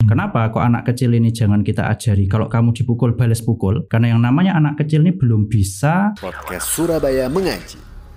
Kenapa kok anak kecil ini jangan kita ajari kalau kamu dipukul balas pukul? Karena yang namanya anak kecil ini belum bisa. Podcast Surabaya Mengaji.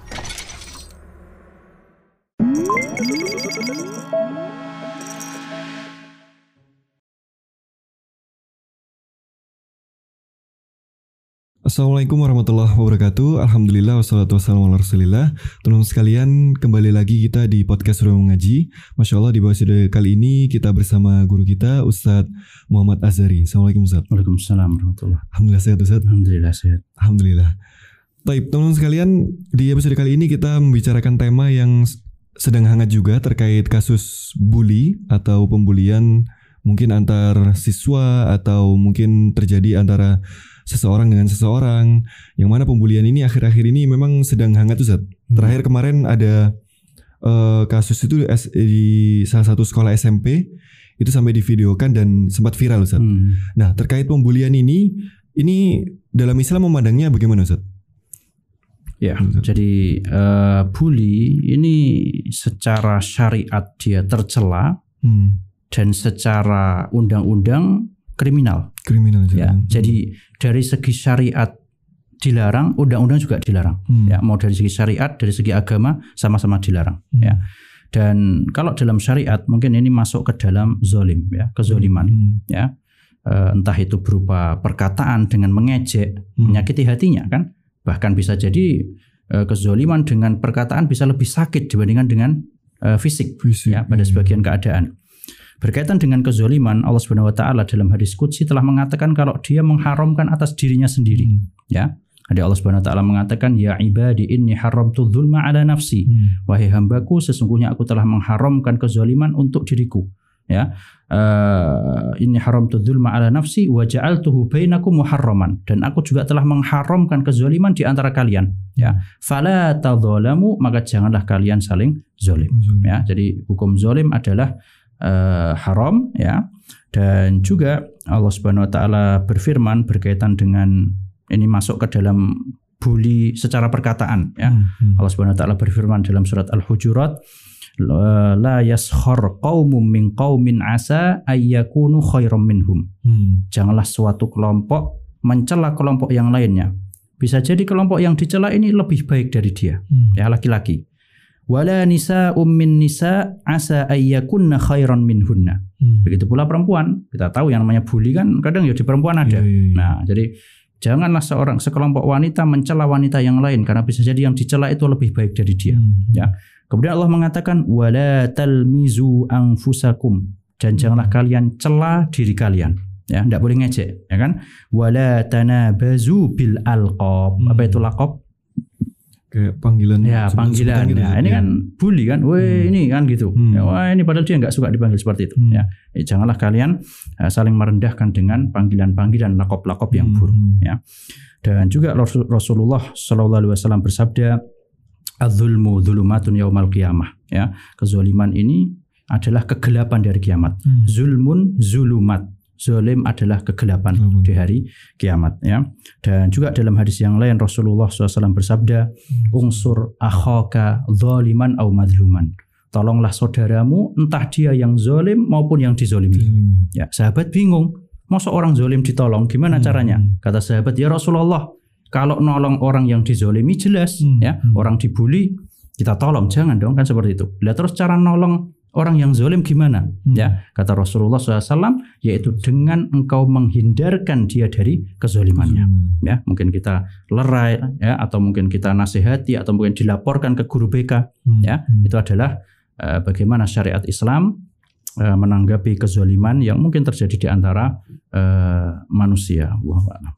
Assalamualaikum warahmatullahi wabarakatuh. Alhamdulillah wassalatu wassalamu ala rasulillah. Teman-teman sekalian, kembali lagi kita di podcast Surabaya Mengaji. Masya Allah, di episode kali ini kita bersama guru kita Ustadz Muhammad Azhari. Assalamualaikum Ustadz. Waalaikumsalam warahmatullahi. Alhamdulillah sehat Ustadz. Alhamdulillah sehat. Alhamdulillah. Baik, teman-teman sekalian, di episode kali ini kita membicarakan tema yang sedang hangat juga terkait kasus bully atau pembulian mungkin antar siswa atau mungkin terjadi antara seseorang dengan seseorang, yang mana pembulian ini akhir-akhir ini memang sedang hangat Ustaz. Terakhir kemarin ada kasus itu di salah satu sekolah SMP itu sampai divideokan dan sempat viral Ustaz. Nah, terkait pembulian ini dalam Islam memandangnya bagaimana Ustaz? Ya, jadi bully ini secara syariat dia tercela dan secara undang-undang kriminal ya. Jadi dari segi syariat dilarang, undang-undang juga dilarang. Ya, mau dari segi syariat, dari segi agama sama-sama dilarang. Ya. Dan kalau dalam syariat mungkin ini masuk ke dalam zolim, ya, kezoliman. Ya, entah itu berupa perkataan dengan mengejek, menyakiti hatinya kan. Bahkan bisa jadi kezoliman dengan perkataan bisa lebih sakit dibandingkan dengan fisik ya, pada sebagian keadaan. Berkaitan dengan kezoliman, Allah Subhanahu wa taala dalam hadis qudsi telah mengatakan kalau dia mengharamkan atas dirinya sendiri. Ya. Ada Allah Subhanahu wa taala mengatakan, ya ibadi inni haramtu dzulma ala nafsi. Wahai hambaku, sesungguhnya aku telah mengharamkan kezoliman untuk diriku. Ya. Inni haramtu dzulma ala nafsi wa ja'altuhu bainakum muharraman, dan aku juga telah mengharamkan kezoliman di antara kalian. Ya. Fala tadzalamu, maka janganlah kalian saling zalim. Ya. Jadi hukum zalim adalah haram, ya. Dan juga Allah Subhanahu wa taala berfirman berkaitan dengan ini masuk ke dalam bully secara perkataan, ya. Allah Subhanahu wa taala berfirman dalam surat Al-Hujurat, la yaskhar qaumun min qaumin asa ayyakunu khairam minhum. Janganlah suatu kelompok mencela kelompok yang lainnya. Bisa jadi kelompok yang dicela ini lebih baik dari dia, ya, laki-laki. Wala nisa'um min nisa' asa ayyakunna khairan minhunna. Begitu pula perempuan. Kita tahu yang namanya bully kan kadang ya di perempuan ada. Nah, jadi janganlah sekelompok wanita mencela wanita yang lain, karena bisa jadi yang dicela itu lebih baik dari dia. Ya. Kemudian Allah mengatakan wala talmizu anfusakum, dan janganlah kalian cela diri kalian. Ya, enggak boleh ngejek, ya kan? Wala tanabazu bil alqab. Apa itu laqab? Kayak panggilan. Ya, panggilan. Gitu, ya. Ini kan bully kan. Weh, ini kan gitu. Ya, wah, ini padahal dia enggak suka dipanggil seperti itu. Ya. Janganlah kalian saling merendahkan dengan panggilan-panggilan lakop-lakop yang buruk. Ya. Dan juga Rasulullah SAW bersabda, "Adzulmu dzulumatun yaumal qiyamah." Ya. Kezaliman ini adalah kegelapan dari kiamat. Zulmun zulumat. Zalim adalah kegelapan di hari kiamat, ya. Dan juga dalam hadis yang lain Rasulullah SAW bersabda, unsur akhaka zaliman au madluman. Tolonglah saudaramu entah dia yang zalim maupun yang dizalimi. Ya, sahabat bingung, masa orang zalim ditolong, gimana caranya? Kata sahabat, ya Rasulullah, kalau nolong orang yang dizalimi jelas, ya, orang dibully kita tolong, jangan dong kan seperti itu. Lihat terus cara nolong orang yang zalim gimana? Ya, kata Rasulullah SAW, yaitu dengan engkau menghindarkan dia dari kezalimannya. Ya, mungkin kita lerai, ya, atau mungkin kita nasihati, atau mungkin dilaporkan ke guru BK. Ya, itu adalah bagaimana syariat Islam menanggapi kezaliman yang mungkin terjadi di antara manusia. Allahu a'lam.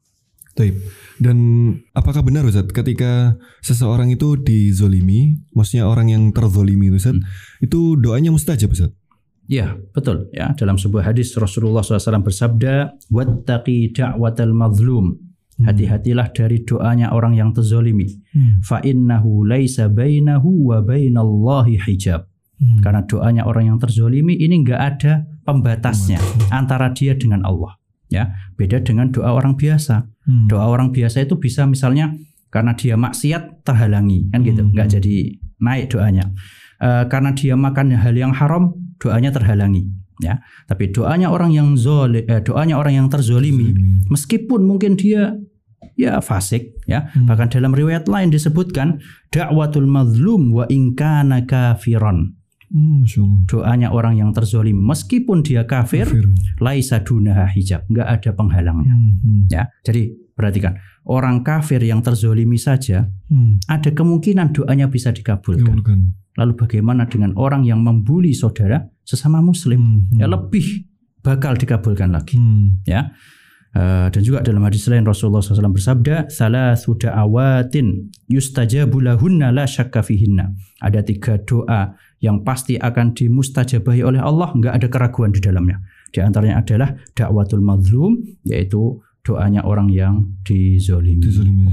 Dan apakah benar Ustaz ketika seseorang itu dizolimi, maksudnya orang yang terzolimi Ustaz, itu doanya mustajab Ustaz? Ya, betul. Ya, dalam sebuah hadis Rasulullah SAW bersabda, wattaqi da'watal mazlum. Hati-hatilah dari doanya orang yang terzolimi. Fa innahu laisa bainahu wa bainallahi hijab. Karena doanya orang yang terzolimi ini enggak ada pembatasnya antara dia dengan Allah. Ya, beda dengan doa orang biasa. Doa orang biasa itu bisa misalnya karena dia maksiat terhalangi, kan gitu, nggak jadi naik doanya. Karena dia makan hal yang haram, doanya terhalangi. ya. Tapi doanya orang yang doanya orang yang terzolimi, meskipun mungkin dia ya fasik, ya. Bahkan dalam riwayat lain disebutkan da'watul mazlum wa in kana kafiran. Doanya orang yang terzolimi meskipun dia kafir, laisa dunaha hijab, enggak ada penghalangnya. Ya. Jadi perhatikan, orang kafir yang terzolimi saja ada kemungkinan doanya bisa dikabulkan. Lalu bagaimana dengan orang yang membuli saudara sesama muslim? Ya, lebih bakal dikabulkan lagi. Ya. Dan juga dalam hadis lain Rasulullah SAW bersabda, "Thalathu da'awatin yustajabu lahunna la syakka fihinna." Ada 3 doa yang pasti akan dimustajabahi oleh Allah, enggak ada keraguan di dalamnya. Di antaranya adalah da'watul mazlum, yaitu doanya orang yang dizolimi.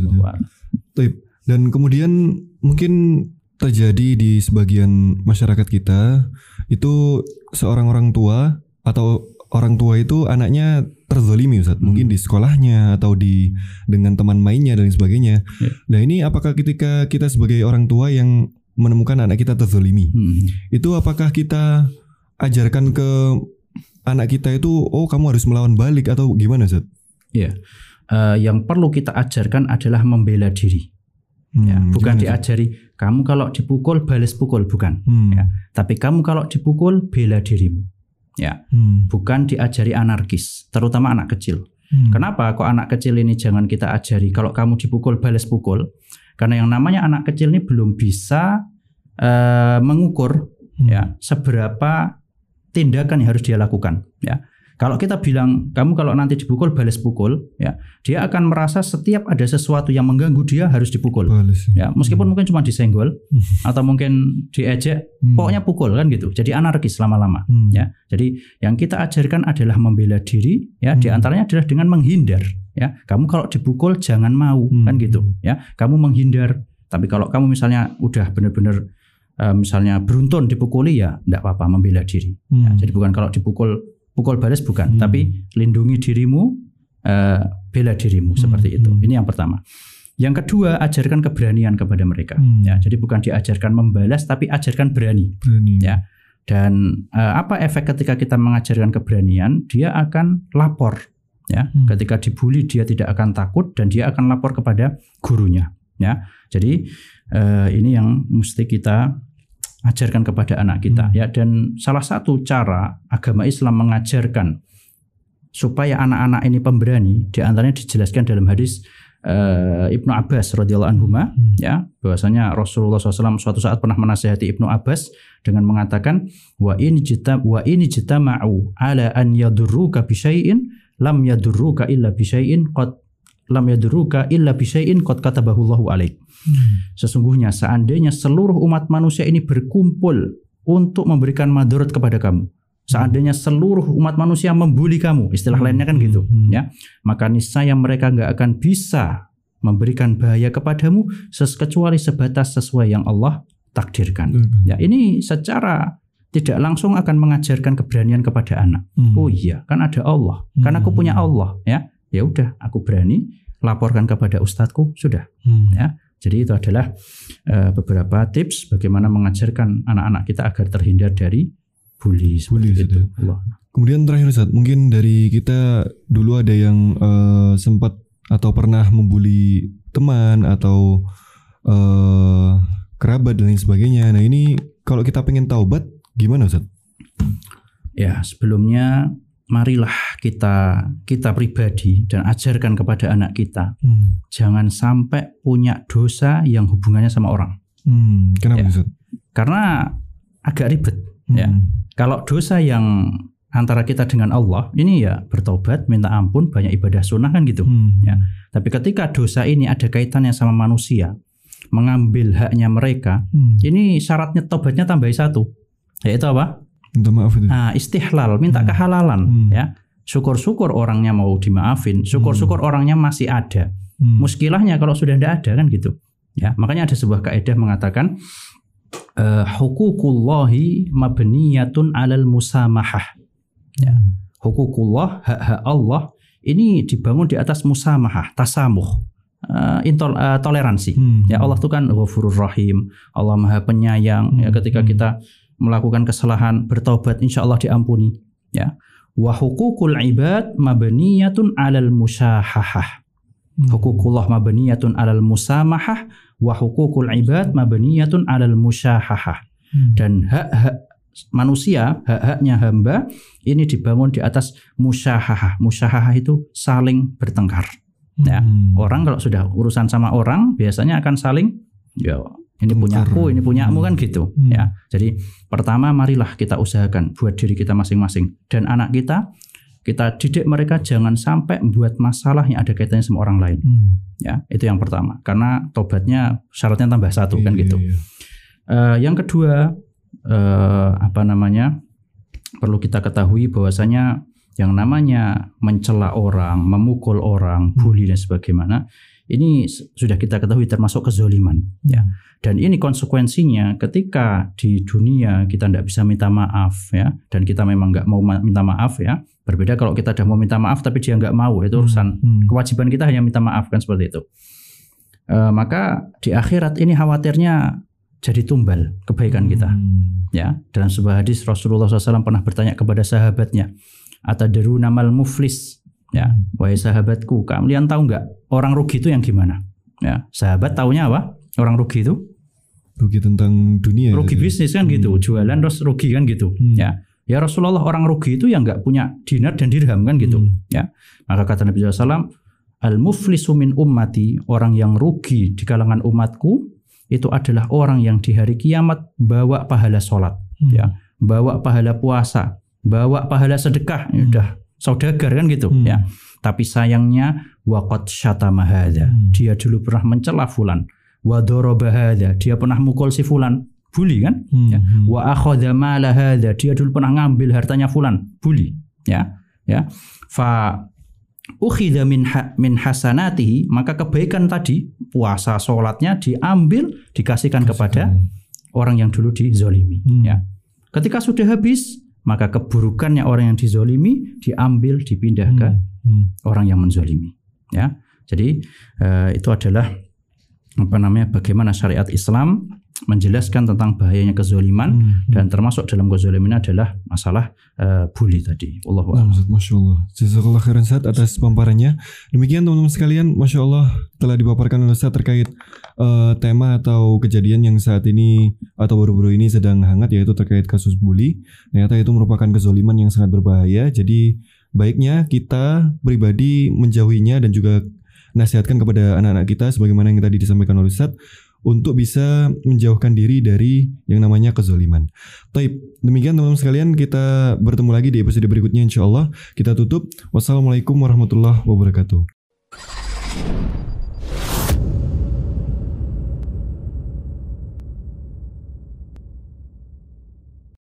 Dan kemudian mungkin terjadi di sebagian masyarakat kita itu seorang orang tua atau orang tua itu anaknya terzolimi, Ustaz. Mungkin di sekolahnya atau dengan teman mainnya dan sebagainya. Nah, ini apakah ketika kita sebagai orang tua yang menemukan anak kita terzolimi, itu apakah kita ajarkan ke anak kita itu, oh kamu harus melawan balik atau gimana, Ustaz? Ya, yang perlu kita ajarkan adalah membela diri. Ya, bukan diajari kamu kalau dipukul balas pukul, bukan. Ya, tapi kamu kalau dipukul bela dirimu. Ya, bukan diajari anarkis, terutama anak kecil. Kenapa kok anak kecil ini jangan kita ajari kalau kamu dipukul balas pukul? Karena yang namanya anak kecil ini belum bisa mengukur ya seberapa tindakan yang harus dia lakukan. Ya. Kalau kita bilang kamu kalau nanti dipukul balas pukul, ya, dia akan merasa setiap ada sesuatu yang mengganggu dia harus dipukul. Ya, meskipun mungkin cuma disenggol atau mungkin diejek, pokoknya pukul kan gitu. Jadi anarkis lama-lama. Ya, jadi yang kita ajarkan adalah membela diri. Ya, di antaranya adalah dengan menghindar. Ya, kamu kalau dipukul jangan mau kan gitu. Ya, kamu menghindar. Tapi kalau kamu misalnya udah benar-benar misalnya beruntun dipukuli, ya enggak apa-apa, membela diri. Ya, jadi bukan kalau dipukul balas, bukan, tapi lindungi dirimu, bela dirimu, seperti itu. Ini yang pertama. Yang kedua, ajarkan keberanian kepada mereka. Ya, jadi bukan diajarkan membalas, tapi ajarkan berani. Ya. Dan apa efek ketika kita mengajarkan keberanian? Dia akan lapor. Ya, ketika dibully dia tidak akan takut dan dia akan lapor kepada gurunya. Ya, jadi ini yang mesti kita ajarkan kepada anak kita, ya. Dan salah satu cara agama Islam mengajarkan supaya anak-anak ini pemberani, di antaranya dijelaskan dalam hadis Ibnu Abbas radhiyallahu anhuma, ya, bahwasanya Rasulullah SAW suatu saat pernah menasihati Ibnu Abbas dengan mengatakan, wa in jitama'u ala an yadurruka bi syai'in lam yadurruka illa bi syai'in qad katabahu Allahu alaik. Sesungguhnya seandainya seluruh umat manusia ini berkumpul untuk memberikan madarat kepada kamu, seandainya seluruh umat manusia membuli kamu, istilah lainnya kan gitu, ya, maka niscaya mereka nggak akan bisa memberikan bahaya kepadamu kecuali sebatas sesuai yang Allah takdirkan. Ya, ini secara tidak langsung akan mengajarkan keberanian kepada anak. Oh iya, kan ada Allah, kan aku punya Allah, ya. Ya udah, aku berani laporkan kepada ustadzku, sudah. Ya. Jadi itu adalah beberapa tips bagaimana mengajarkan anak-anak kita agar terhindar dari bully itu. Kemudian terakhir Ustaz, mungkin dari kita dulu ada yang sempat atau pernah membuli teman atau kerabat dan lain sebagainya. Nah, ini kalau kita pengen taubat gimana Ustaz? Ya, sebelumnya marilah kita pribadi dan ajarkan kepada anak kita, jangan sampai punya dosa yang hubungannya sama orang. Kenapa, ya? Karena agak ribet. Ya, kalau dosa yang antara kita dengan Allah ini ya bertobat, minta ampun, banyak ibadah sunnah kan gitu. Ya. Tapi ketika dosa ini ada kaitannya sama manusia, mengambil haknya mereka, ini syaratnya tobatnya tambah satu, yaitu apa? Minta maaf itu. Nah, istihlal, minta kehalalan, ya. Syukur-syukur orangnya mau dimaafin, syukur-syukur orangnya masih ada. Muskilahnya kalau sudah tidak ada kan gitu. Ya, makanya ada sebuah kaidah mengatakan huququllahi mabniyatun 'alal musamahah. Ya. Huququllah, hak-hak Allah ini dibangun di atas musamahah, tasamuh. Toleransi. Ya, Allah itu kan Ghafurur Rahim, Allah Maha Penyayang. Ya, ketika kita melakukan kesalahan, bertobat, insya Allah diampuni. Ya. Wa huququl ibad mabniyatun 'alal musyahahah. Huququllah mabniyatun 'alal musamahah wa huququl ibad mabniyatun 'alal musyahahah. Dan hak-hak manusia, hak-haknya hamba ini dibangun di atas musyahahah. Musyahahah itu saling bertengkar. Ya, orang kalau sudah urusan sama orang biasanya akan saling ya ini punyaku, ini punyamu kan gitu. Ya. Jadi pertama marilah kita usahakan buat diri kita masing-masing dan anak kita didik mereka jangan sampai membuat masalah yang ada kaitannya sama orang lain. Ya, itu yang pertama. Karena tobatnya syaratnya tambah 1 kan gitu. Yang kedua perlu kita ketahui bahwasanya yang namanya mencela orang, memukul orang, bully dan sebagaimana ini sudah kita ketahui termasuk kezoliman. Ya. Dan ini konsekuensinya ketika di dunia kita tidak bisa minta maaf ya, dan kita memang nggak mau minta maaf ya. Berbeda kalau kita sudah mau minta maaf tapi dia nggak mau, itu urusan kewajiban kita hanya minta maaf kan seperti itu. Maka di akhirat ini khawatirnya jadi tumbal kebaikan kita. Ya, dalam sebuah hadis Rasulullah SAW pernah bertanya kepada sahabatnya, atadruna mal muflis? Ya, wahai sahabatku, kalian tahu nggak orang rugi itu yang gimana? Ya, sahabat taunya apa? Orang rugi itu? Rugi tentang dunia. Rugi bisnis kan gitu, jualan terus rugi kan gitu. Ya Rasulullah, orang rugi itu yang nggak punya dinar dan dirham kan gitu. Ya, maka kata Nabi SAW, al muflisu min ummati, orang yang rugi di kalangan umatku itu adalah orang yang di hari kiamat bawa pahala sholat, ya, bawa pahala puasa, bawa pahala sedekah, udah saudagar kan gitu, ya. Tapi sayangnya waqad syatama hadza, dia dulu pernah mencela fulan, wa daraba hadza, dia pernah mukul si fulan, bully kan, ya. Wa akhadha mala hadza, dia dulu pernah ngambil hartanya fulan, bully, ya. Fa ukhidha min hasanatihi, maka kebaikan tadi puasa sholatnya diambil dikasihkan kepada orang yang dulu dizolimi. Ya. Ketika sudah habis maka keburukannya orang yang dizolimi diambil dipindah ke orang yang menzolimi. Ya. Jadi itu adalah bagaimana syariat Islam menjelaskan tentang bahayanya kezoliman dan termasuk dalam kezoliman adalah masalah bully tadi. Allahu a'lam. Masya Allah. Jazakallah khairan Ustaz atas pamparannya. Demikian teman-teman sekalian, Masya Allah telah dipaparkan oleh Ustaz terkait tema atau kejadian yang saat ini atau baru-baru ini sedang hangat, yaitu terkait kasus bully. Ternyata itu merupakan kezoliman yang sangat berbahaya. Jadi baiknya kita pribadi menjauhinya dan juga nasihatkan kepada anak-anak kita sebagaimana yang tadi disampaikan oleh Ustaz, untuk bisa menjauhkan diri dari yang namanya kezaliman. Taib, demikian teman-teman sekalian, kita bertemu lagi di episode berikutnya insya Allah. Kita tutup. Wassalamualaikum warahmatullahi wabarakatuh.